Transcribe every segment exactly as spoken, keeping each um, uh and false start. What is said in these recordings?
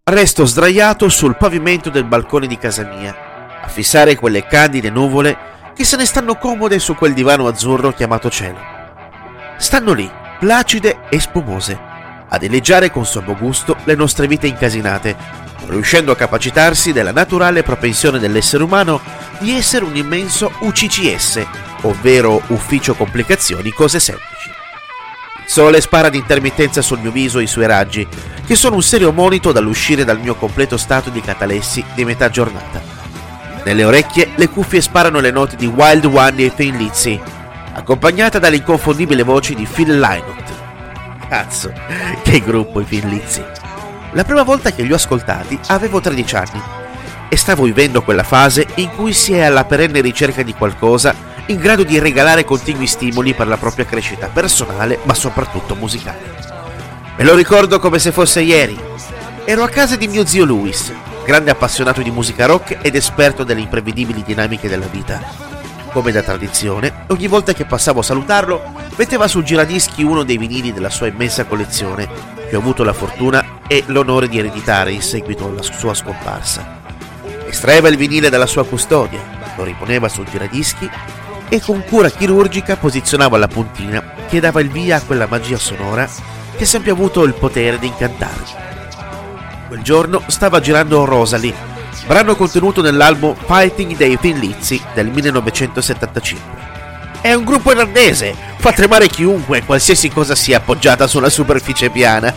resto sdraiato sul pavimento del balcone di casa mia, a fissare quelle candide nuvole che se ne stanno comode su quel divano azzurro chiamato cielo. Stanno lì, placide e spumose, a dileggiare con sommo gusto le nostre vite incasinate, non riuscendo a capacitarsi della naturale propensione dell'essere umano di essere un immenso U C C S, ovvero Ufficio Complicazioni Cose Semplici. Il sole spara di intermittenza sul mio viso i suoi raggi, che sono un serio monito dall'uscire dal mio completo stato di catalessi di metà giornata. Nelle orecchie le cuffie sparano le note di Wild One e Thin Lizzy, accompagnata dalle inconfondibili voci di Phil Lynott. Cazzo, che gruppo i Thin Lizzy! La prima volta che li ho ascoltati avevo tredici anni e stavo vivendo quella fase in cui si è alla perenne ricerca di qualcosa in grado di regalare continui stimoli per la propria crescita personale, ma soprattutto musicale. Me lo ricordo come se fosse ieri. Ero a casa di mio zio Louis, grande appassionato di musica rock ed esperto delle imprevedibili dinamiche della vita. Come da tradizione, ogni volta che passavo a salutarlo, metteva sul giradischi uno dei vinili della sua immensa collezione, che ho avuto la fortuna e l'onore di ereditare in seguito alla sua scomparsa. Estraeva il vinile dalla sua custodia, lo riponeva sul giradischi e con cura chirurgica posizionava la puntina che dava il via a quella magia sonora che ha sempre avuto il potere di incantarmi. Quel giorno stava girando Rosalie, brano contenuto nell'album Fighting dei Thin Lizzy del millenovecentosettantacinque. È un gruppo irlandese, fa tremare chiunque, qualsiasi cosa sia appoggiata su una superficie piana.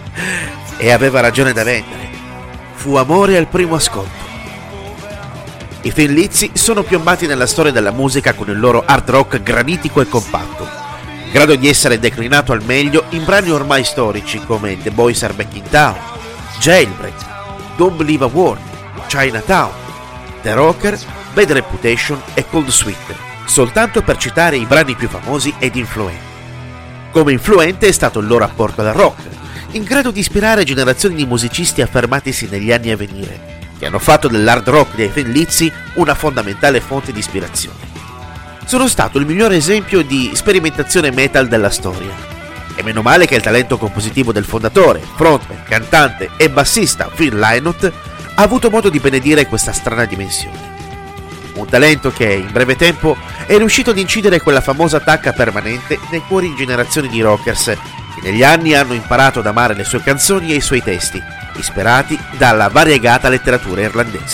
E aveva ragione da vendere. Fu amore al primo ascolto. I Thin Lizzy sono piombati nella storia della musica con il loro hard rock granitico e compatto, in grado di essere declinato al meglio in brani ormai storici come The Boys Are Back in Town, Jailbreak, Don't Believe a Word, Chinatown, The Rocker, Bad Reputation e Cold Sweet, soltanto per citare i brani più famosi ed influenti. Come influente è stato il loro apporto al rock, in grado di ispirare generazioni di musicisti affermatisi negli anni a venire, che hanno fatto dell'hard rock dei Thin Lizzy una fondamentale fonte di ispirazione. Sono stato il migliore esempio di sperimentazione metal della storia. E meno male che il talento compositivo del fondatore, frontman, cantante e bassista Phil Lynott ha avuto modo di benedire questa strana dimensione. Un talento che in breve tempo è riuscito ad incidere quella famosa tacca permanente nei cuori di generazioni di rockers che negli anni hanno imparato ad amare le sue canzoni e i suoi testi, ispirati dalla variegata letteratura irlandese.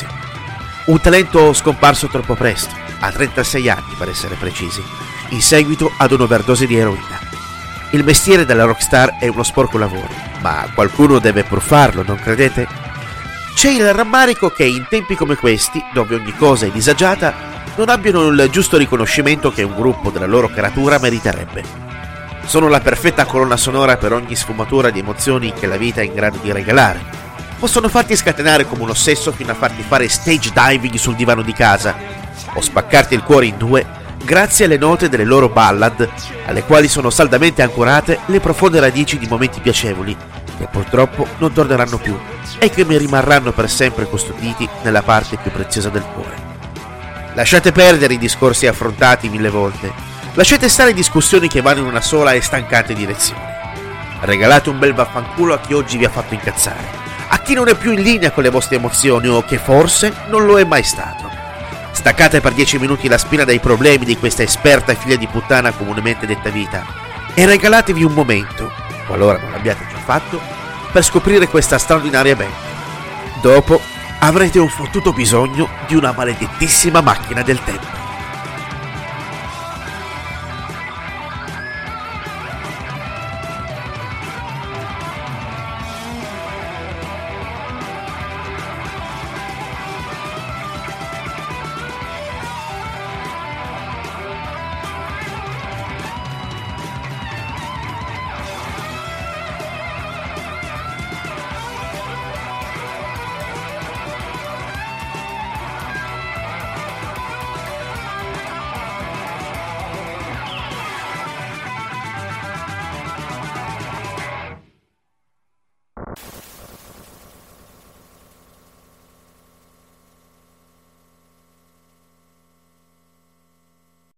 Un talento scomparso troppo presto, a trentasei anni per essere precisi, in seguito ad un'overdose di eroina. Il mestiere della rockstar è uno sporco lavoro, ma qualcuno deve pur farlo, non credete? C'è il rammarico che in tempi come questi, dove ogni cosa è disagiata, non abbiano il giusto riconoscimento che un gruppo della loro creatura meriterebbe. Sono la perfetta colonna sonora per ogni sfumatura di emozioni che la vita è in grado di regalare. Possono farti scatenare come un ossesso fino a farti fare stage diving sul divano di casa, o spaccarti il cuore in due grazie alle note delle loro ballad, alle quali sono saldamente ancorate le profonde radici di momenti piacevoli, che purtroppo non torneranno più e che mi rimarranno per sempre custoditi nella parte più preziosa del cuore. Lasciate perdere i discorsi affrontati mille volte. Lasciate stare discussioni che vanno in una sola e stancante direzione. Regalate un bel vaffanculo a chi oggi vi ha fatto incazzare, a chi non è più in linea con le vostre emozioni o che forse non lo è mai stato. Staccate per dieci minuti la spina dai problemi di questa esperta figlia di puttana comunemente detta vita e regalatevi un momento, qualora non l'abbiate già fatto, per scoprire questa straordinaria band. Dopo avrete un fottuto bisogno di una maledettissima macchina del tempo.